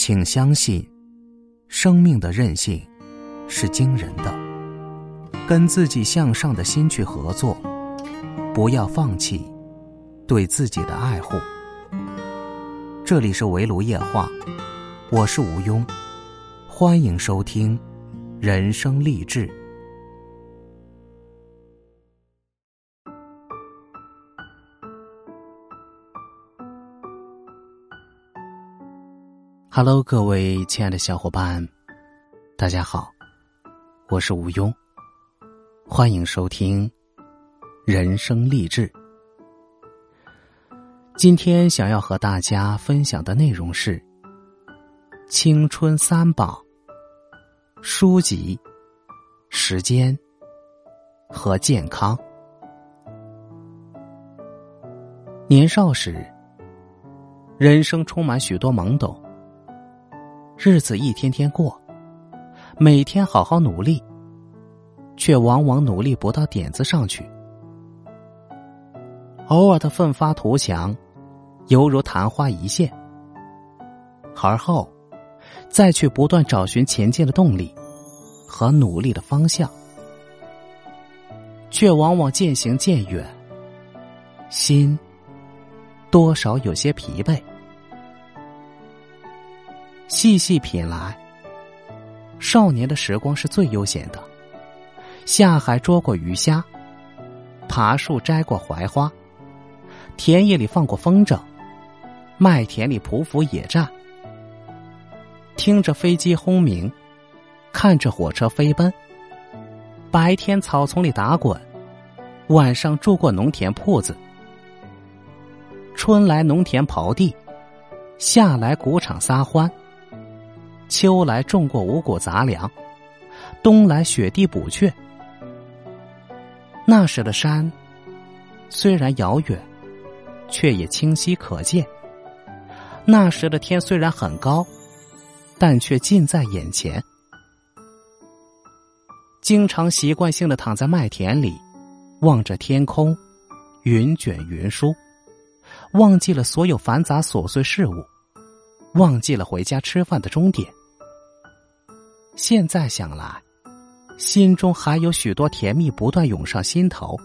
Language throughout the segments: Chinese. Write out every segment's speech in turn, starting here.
请相信，生命的韧性是惊人的。跟自己向上的心去合作，不要放弃对自己的爱护。这里是围炉夜话，我是吴庸，欢迎收听人生励志。Hello， 各位亲爱的小伙伴，大家好，我是吴庸，欢迎收听人生励志。今天想要和大家分享的内容是青春三宝：书籍、时间和健康。年少时，人生充满许多懵懂，日子一天天过，每天好好努力，却往往努力不到点子上去。偶尔的奋发图强，犹如昙花一现，而后再去不断找寻前进的动力和努力的方向，却往往渐行渐远，心多少有些疲惫。细细品来，少年的时光是最悠闲的，下海捉过鱼虾，爬树摘过槐花，田野里放过风筝，麦田里匍匐野战，听着飞机轰鸣，看着火车飞奔，白天草丛里打滚，晚上住过农田铺子。春来农田刨地，夏来谷场撒欢，秋来种过五谷杂粮，冬来雪地补雀。那时的山虽然遥远，却也清晰可见；那时的天虽然很高，但却近在眼前。经常习惯性地躺在麦田里，望着天空，云卷云舒，忘记了所有繁杂琐碎事物，忘记了回家吃饭的终点。现在想来，心中还有许多甜蜜不断涌上心头。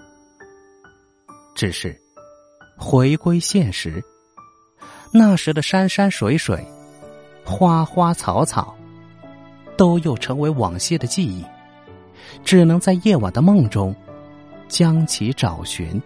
只是回归现实，那时的山山水水，花花草草，都又成为往昔的记忆，只能在夜晚的梦中将其找寻。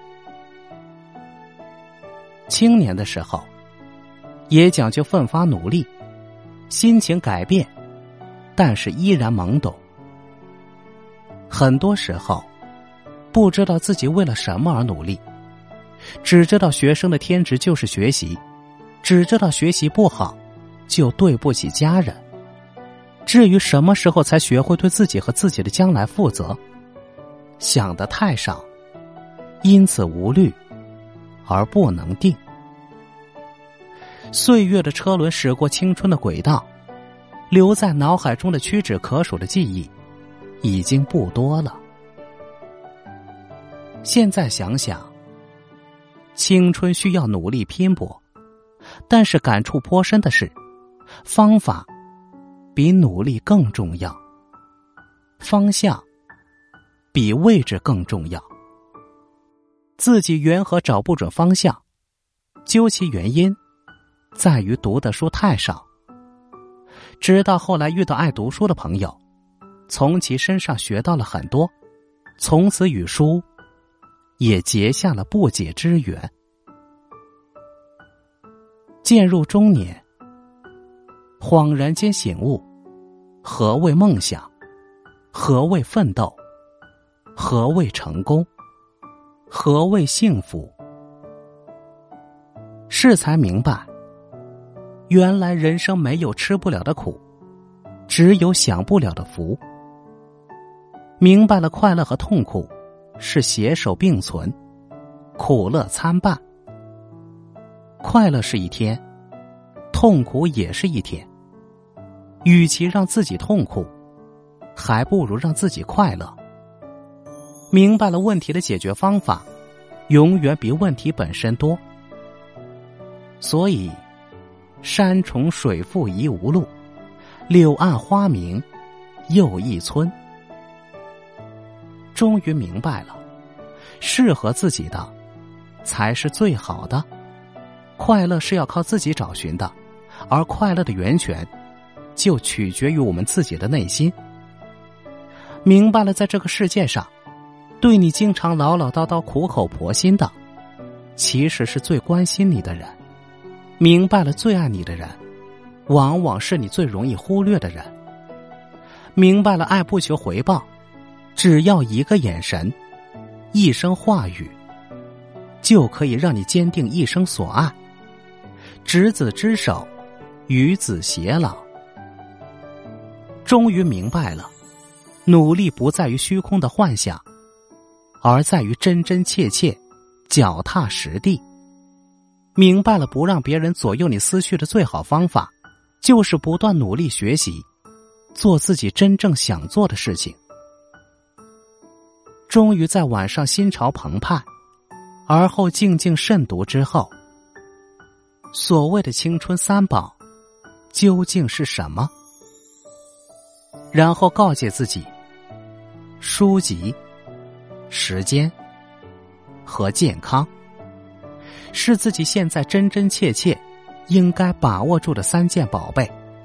青年的时候，也讲究奋发努力，心情改变，但是依然懵懂。很多时候，不知道自己为了什么而努力，只知道学生的天职就是学习，只知道学习不好就对不起家人。至于什么时候才学会对自己和自己的将来负责，想得太少，因此无虑而不能定。岁月的车轮驶过青春的轨道，留在脑海中的屈指可数的记忆已经不多了。现在想想，青春需要努力拼搏，但是感触颇深的是，方法比努力更重要，方向比位置更重要。自己缘何找不准方向，究其原因在于读的书太少。直到后来遇到爱读书的朋友，从其身上学到了很多，从此与书也结下了不解之缘。渐入中年，恍然间醒悟，何谓梦想，何谓奋斗，何谓成功，何谓幸福。适才明白，原来人生没有吃不了的苦，只有享不了的福。明白了快乐和痛苦是携手并存，苦乐参半。快乐是一天，痛苦也是一天。与其让自己痛苦，还不如让自己快乐。明白了问题的解决方法，永远比问题本身多。所以山重水复疑无路，柳暗花明又一村。终于明白了，适合自己的才是最好的。快乐是要靠自己找寻的，而快乐的源泉就取决于我们自己的内心。明白了，在这个世界上，对你经常唠唠叨叨苦口婆心的，其实是最关心你的人。明白了，最爱你的人往往是你最容易忽略的人。明白了，爱不求回报，只要一个眼神，一声话语，就可以让你坚定一生所爱。执子之手，与子偕老。终于明白了，努力不在于虚空的幻想，而在于真真切切脚踏实地。明白了，不让别人左右你思绪的最好方法，就是不断努力学习，做自己真正想做的事情。终于在晚上心潮澎湃，而后静静慎独之后，所谓的青春三宝究竟是什么？然后告诫自己，书籍、时间和健康是自己现在真真切切应该把握住的3件宝贝。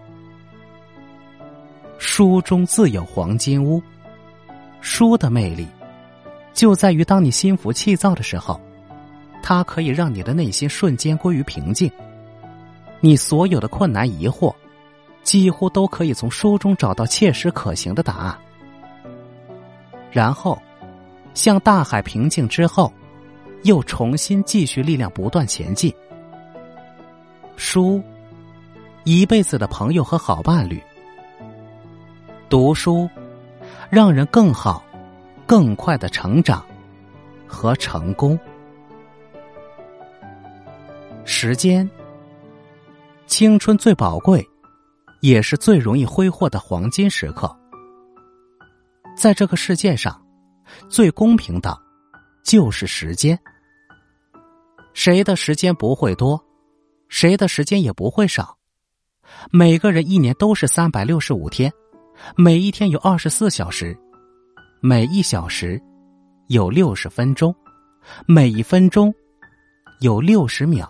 书中自有黄金屋，书的魅力就在于当你心浮气躁的时候，它可以让你的内心瞬间归于平静，你所有的困难疑惑几乎都可以从书中找到切实可行的答案。然后像大海平静之后，又重新继续力量不断前进。书，一辈子的朋友和好伴侣。读书，让人更好、更快的成长和成功。时间，青春最宝贵，也是最容易挥霍的黄金时刻。在这个世界上，最公平的就是时间。谁的时间不会多，谁的时间也不会少。每个人一年都是365天，每一天有24小时，每一小时有60分钟，每一分钟有60秒。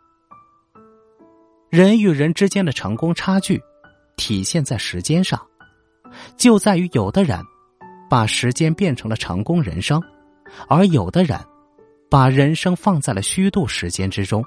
人与人之间的成功差距体现在时间上，就在于有的人把时间变成了成功人生，而有的人把人生放在了虚度时间之中。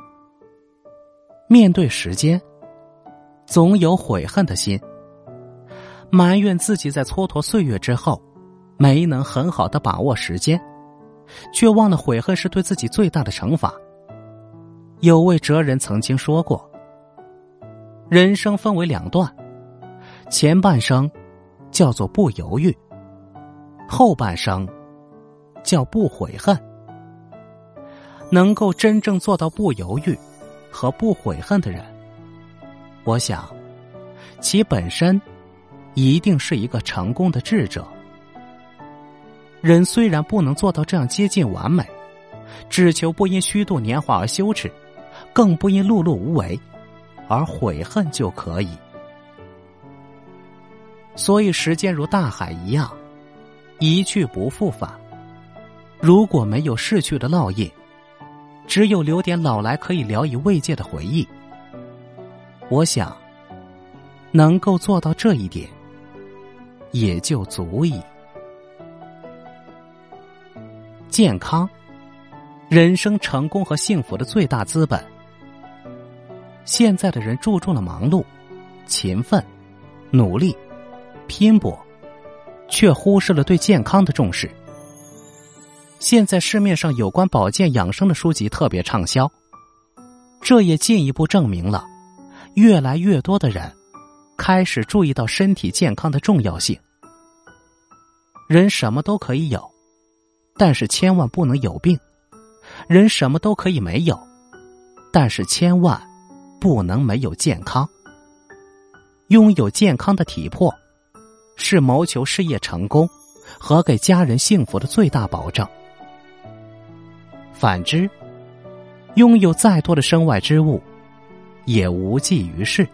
面对时间，总有悔恨的心，埋怨自己在蹉跎岁月之后没能很好的把握时间，却忘了悔恨是对自己最大的惩罚。有位哲人曾经说过，人生分为2段，前半生叫做不犹豫，后半生叫不悔恨。能够真正做到不犹豫和不悔恨的人，我想其本身一定是一个成功的智者。人虽然不能做到这样接近完美，只求不因虚度年华而羞耻，更不因碌碌无为而悔恨就可以。所以时间如大海一样，一去不复返。如果没有逝去的烙印，只有留点老来可以聊以慰藉的回忆。我想能够做到这一点也就足矣。健康，人生成功和幸福的最大资本。现在的人注重了忙碌、勤奋、努力、拼搏，却忽视了对健康的重视。现在市面上有关保健养生的书籍特别畅销，这也进一步证明了越来越多的人开始注意到身体健康的重要性。人什么都可以有，但是千万不能有病；人什么都可以没有，但是千万不能没有健康。拥有健康的体魄，是谋求事业成功和给家人幸福的最大保证。反之，拥有再多的身外之物， 也无济于事。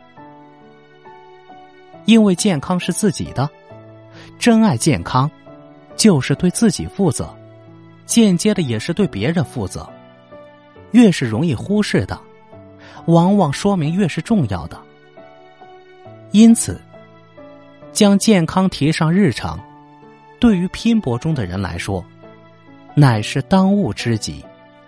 因为健康是自己的，真爱健康就是对自己负责，间接的也是对别人负责。越是容易忽视的，往往说明越是重要的。因此，将健康提上日程，对于拼搏中的人来说，乃是当务之急。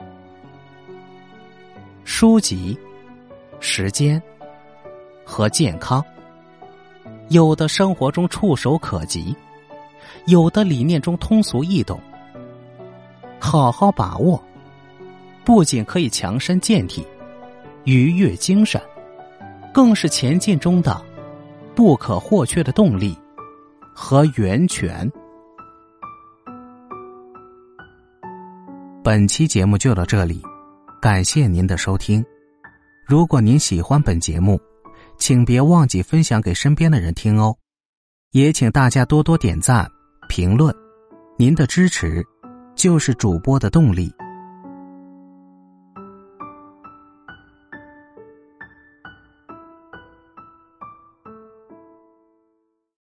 书籍、时间和健康，有的生活中触手可及，有的理念中通俗易懂。好好把握，不仅可以强身健体、愉悦精神，更是前进中的不可或缺的动力和源泉。本期节目就到这里，感谢您的收听。如果您喜欢本节目，请别忘记分享给身边的人听哦。也请大家多多点赞、评论，您的支持就是主播的动力。